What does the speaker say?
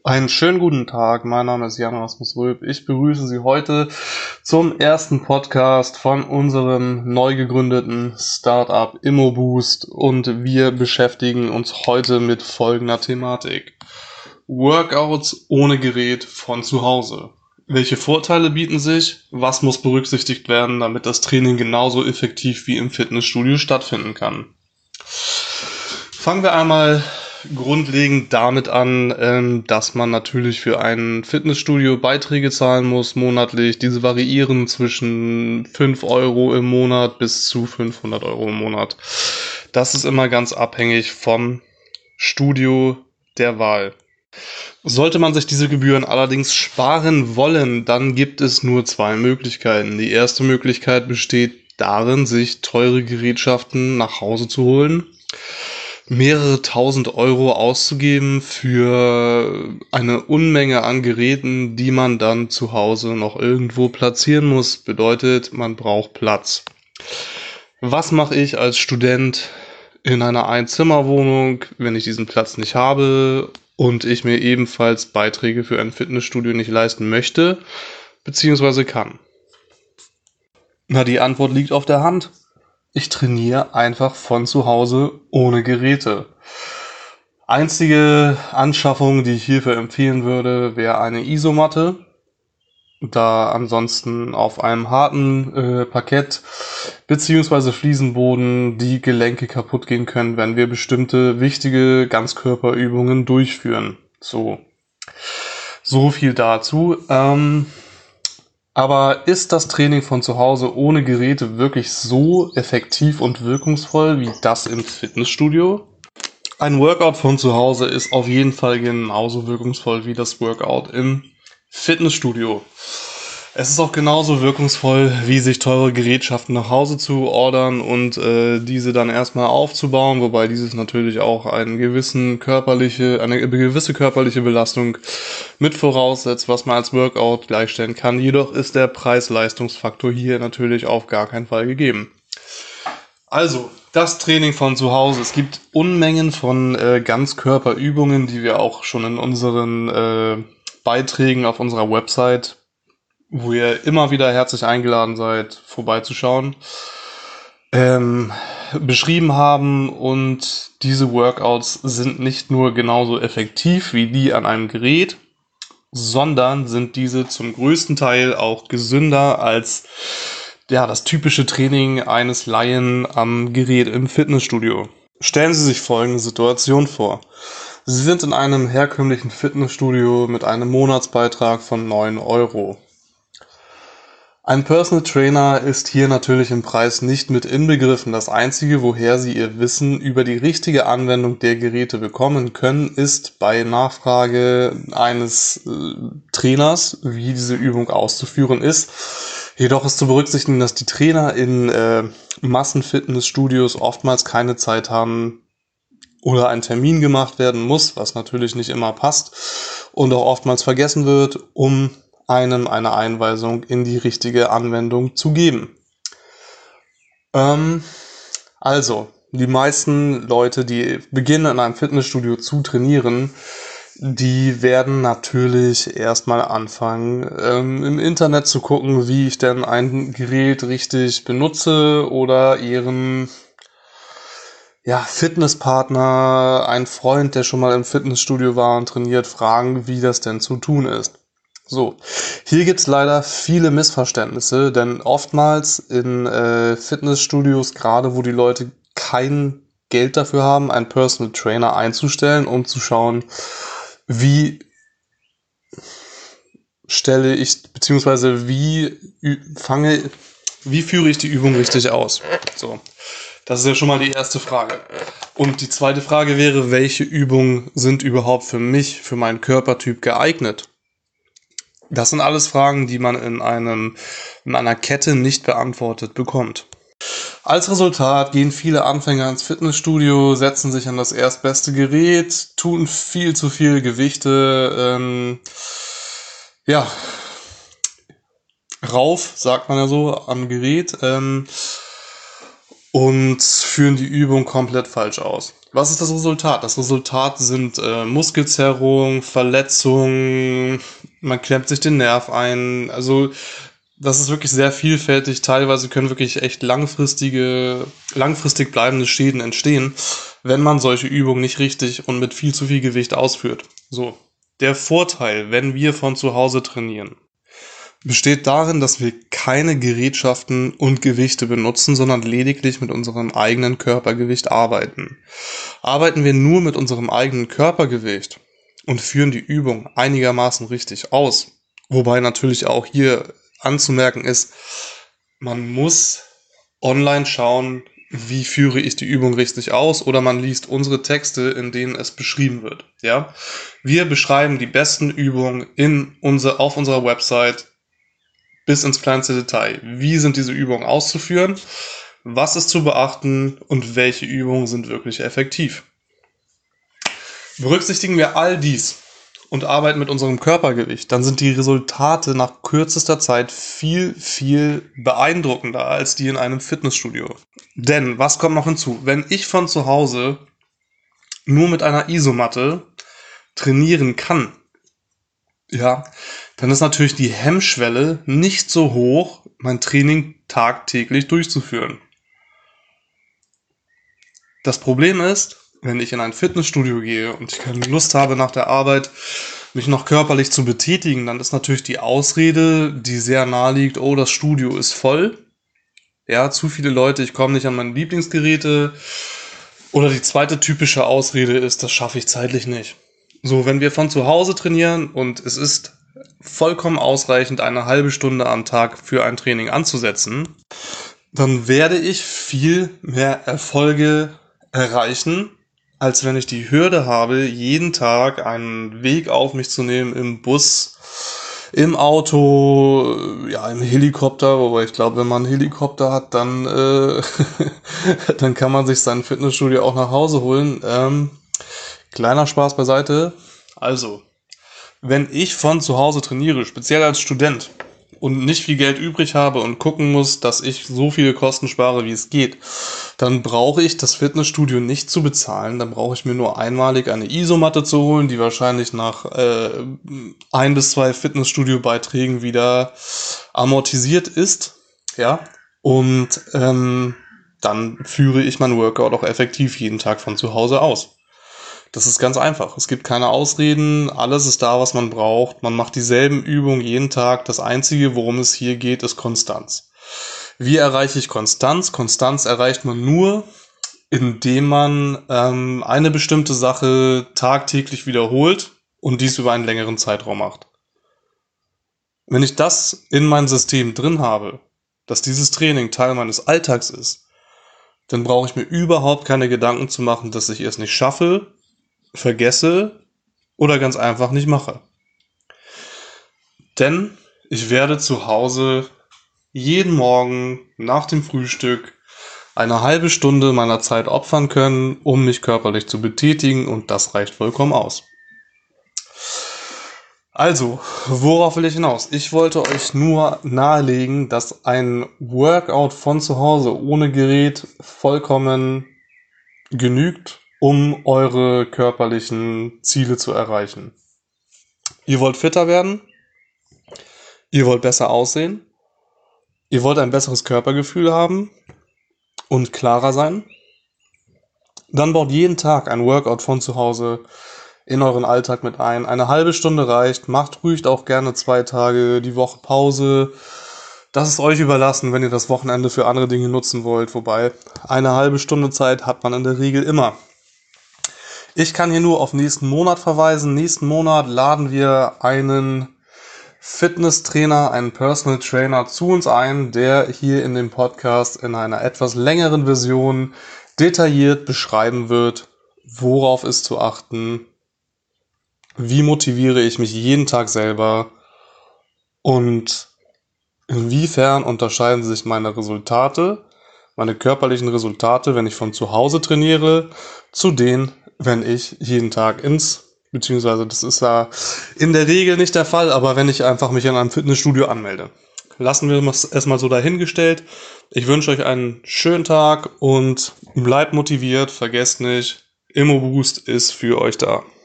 Einen schönen guten Tag, mein Name ist Jan Rasmus Röb. Ich begrüße Sie heute zum ersten Podcast von unserem neu gegründeten Startup ImmoBoost und wir beschäftigen uns heute mit folgender Thematik. Workouts ohne Gerät von zu Hause. Welche Vorteile bieten sich? Was muss berücksichtigt werden, damit das Training genauso effektiv wie im Fitnessstudio stattfinden kann? Fangen wir einmal grundlegend damit an, dass man natürlich für ein Fitnessstudio Beiträge zahlen muss monatlich. Diese variieren zwischen 5 Euro im Monat bis zu 500 Euro im Monat. Das ist immer ganz abhängig vom Studio der Wahl. Sollte man sich diese Gebühren allerdings sparen wollen, dann gibt es nur zwei Möglichkeiten. Die erste Möglichkeit besteht darin, sich teure Gerätschaften nach Hause zu holen, mehrere tausend Euro auszugeben für eine Unmenge an Geräten, die man dann zu Hause noch irgendwo platzieren muss. Bedeutet, man braucht Platz. Was mache ich als Student in einer Einzimmerwohnung, wenn ich diesen Platz nicht habe und ich mir ebenfalls Beiträge für ein Fitnessstudio nicht leisten möchte, beziehungsweise kann? Na, die Antwort liegt auf der Hand. Ich trainiere einfach von zu Hause ohne Geräte. Einzige Anschaffung, die ich hierfür empfehlen würde, wäre eine Isomatte. Da ansonsten auf einem harten Parkett beziehungsweise Fliesenboden die Gelenke kaputt gehen können, wenn wir bestimmte wichtige Ganzkörperübungen durchführen. So viel dazu. Aber ist das Training von zu Hause ohne Geräte wirklich so effektiv und wirkungsvoll wie das im Fitnessstudio? Ein Workout von zu Hause ist auf jeden Fall genauso wirkungsvoll wie das Workout im Fitnessstudio. Es ist auch genauso wirkungsvoll, wie sich teure Gerätschaften nach Hause zu ordern und diese dann erstmal aufzubauen, wobei dieses natürlich auch eine gewisse körperliche Belastung mit voraussetzt, was man als Workout gleichstellen kann. Jedoch ist der Preis-Leistungsfaktor hier natürlich auf gar keinen Fall gegeben. Also, das Training von zu Hause. Es gibt Unmengen von Ganzkörperübungen, die wir auch schon in unseren Beiträgen auf unserer Website, wo ihr immer wieder herzlich eingeladen seid, vorbeizuschauen, beschrieben haben. Und diese Workouts sind nicht nur genauso effektiv wie die an einem Gerät, sondern sind diese zum größten Teil auch gesünder als das typische Training eines Laien am Gerät im Fitnessstudio. Stellen Sie sich folgende Situation vor. Sie sind in einem herkömmlichen Fitnessstudio mit einem Monatsbeitrag von 9 Euro. Ein Personal Trainer ist hier natürlich im Preis nicht mit inbegriffen. Das Einzige, woher Sie Ihr Wissen über die richtige Anwendung der Geräte bekommen können, ist bei Nachfrage eines Trainers, wie diese Übung auszuführen ist. Jedoch ist zu berücksichtigen, dass die Trainer in Massenfitnessstudios oftmals keine Zeit haben oder ein Termin gemacht werden muss, was natürlich nicht immer passt und auch oftmals vergessen wird, um einem eine Einweisung in die richtige Anwendung zu geben. Also, die meisten Leute, die beginnen in einem Fitnessstudio zu trainieren, die werden natürlich erstmal anfangen, im Internet zu gucken, wie ich denn ein Gerät richtig benutze oder ihren Fitnesspartner, einen Freund, der schon mal im Fitnessstudio war und trainiert, fragen, wie das denn zu tun ist. So, hier gibt's leider viele Missverständnisse, denn oftmals in Fitnessstudios, gerade wo die Leute kein Geld dafür haben, einen Personal Trainer einzustellen, um zu schauen, wie stelle ich, beziehungsweise wie führe ich die Übung richtig aus? So, das ist ja schon mal die erste Frage. Und die zweite Frage wäre, welche Übungen sind überhaupt für mich, für meinen Körpertyp geeignet? Das sind alles Fragen, die man in einer Kette nicht beantwortet bekommt. Als Resultat gehen viele Anfänger ins Fitnessstudio, setzen sich an das erstbeste Gerät, tun viel zu viel Gewichte, rauf, sagt man ja so, am Gerät, und führen die Übung komplett falsch aus. Was ist das Resultat? Das Resultat sind Muskelzerrung, Verletzungen, man klemmt sich den Nerv ein. Also das ist wirklich sehr vielfältig. Teilweise können wirklich echt langfristig bleibende Schäden entstehen, wenn man solche Übungen nicht richtig und mit viel zu viel Gewicht ausführt. So, der Vorteil, wenn wir von zu Hause trainieren, besteht darin, dass wir keine Gerätschaften und Gewichte benutzen, sondern lediglich mit unserem eigenen Körpergewicht arbeiten. Arbeiten wir nur mit unserem eigenen Körpergewicht und führen die Übung einigermaßen richtig aus, wobei natürlich auch hier anzumerken ist, man muss online schauen, wie führe ich die Übung richtig aus, oder man liest unsere Texte, in denen es beschrieben wird. Ja, wir beschreiben die besten Übungen auf unserer Website bis ins kleinste Detail. Wie sind diese Übungen auszuführen? Was ist zu beachten und welche Übungen sind wirklich effektiv? Berücksichtigen wir all dies und arbeiten mit unserem Körpergewicht, dann sind die Resultate nach kürzester Zeit viel, viel beeindruckender als die in einem Fitnessstudio. Denn, was kommt noch hinzu? Wenn ich von zu Hause nur mit einer Isomatte trainieren kann, ja, dann ist natürlich die Hemmschwelle nicht so hoch, mein Training tagtäglich durchzuführen. Das Problem ist, wenn ich in ein Fitnessstudio gehe und ich keine Lust habe, nach der Arbeit mich noch körperlich zu betätigen, dann ist natürlich die Ausrede, die sehr nahe liegt, oh, das Studio ist voll. Ja, zu viele Leute, ich komme nicht an meine Lieblingsgeräte. Oder die zweite typische Ausrede ist, das schaffe ich zeitlich nicht. So, wenn wir von zu Hause trainieren und es ist vollkommen ausreichend, eine halbe Stunde am Tag für ein Training anzusetzen, dann werde ich viel mehr Erfolge erreichen, als wenn ich die Hürde habe, jeden Tag einen Weg auf mich zu nehmen im Bus, im Auto, ja, im Helikopter, wobei ich glaube, wenn man einen Helikopter hat, dann, dann kann man sich sein Fitnessstudio auch nach Hause holen. Kleiner Spaß beiseite. Also, wenn ich von zu Hause trainiere, speziell als Student, und nicht viel Geld übrig habe und gucken muss, dass ich so viele Kosten spare, wie es geht, dann brauche ich das Fitnessstudio nicht zu bezahlen. Dann brauche ich mir nur einmalig eine Isomatte zu holen, die wahrscheinlich nach 1 bis 2 Fitnessstudio-Beiträgen wieder amortisiert ist. Ja, und dann führe ich mein Workout auch effektiv jeden Tag von zu Hause aus. Das ist ganz einfach. Es gibt keine Ausreden, alles ist da, was man braucht. Man macht dieselben Übungen jeden Tag. Das Einzige, worum es hier geht, ist Konstanz. Wie erreiche ich Konstanz? Konstanz erreicht man nur, indem man eine bestimmte Sache tagtäglich wiederholt und dies über einen längeren Zeitraum macht. Wenn ich das in mein System drin habe, dass dieses Training Teil meines Alltags ist, dann brauche ich mir überhaupt keine Gedanken zu machen, dass ich es nicht schaffe, vergesse oder ganz einfach nicht mache. Denn ich werde zu Hause jeden Morgen nach dem Frühstück eine halbe Stunde meiner Zeit opfern können, um mich körperlich zu betätigen, und das reicht vollkommen aus. Also, worauf will ich hinaus? Ich wollte euch nur nahelegen, dass ein Workout von zu Hause ohne Gerät vollkommen genügt, um eure körperlichen Ziele zu erreichen. Ihr wollt fitter werden, ihr wollt besser aussehen, ihr wollt ein besseres Körpergefühl haben und klarer sein, dann baut jeden Tag ein Workout von zu Hause in euren Alltag mit ein. Eine halbe Stunde reicht, macht ruhig auch gerne 2 Tage die Woche Pause. Das ist euch überlassen, wenn ihr das Wochenende für andere Dinge nutzen wollt, wobei eine halbe Stunde Zeit hat man in der Regel immer. Ich kann hier nur auf nächsten Monat verweisen. Nächsten Monat laden wir einen Fitnesstrainer, einen Personal Trainer zu uns ein, der hier in dem Podcast in einer etwas längeren Version detailliert beschreiben wird, worauf ist zu achten, wie motiviere ich mich jeden Tag selber und inwiefern unterscheiden sich meine Resultate, meine körperlichen Resultate, wenn ich von zu Hause trainiere, zu denen, wenn ich jeden Tag beziehungsweise das ist ja in der Regel nicht der Fall, aber wenn ich einfach mich in einem Fitnessstudio anmelde. lassen wir es mal so dahingestellt. Ich wünsche euch einen schönen Tag und bleibt motiviert. Vergesst nicht, ImmoBoost ist für euch da.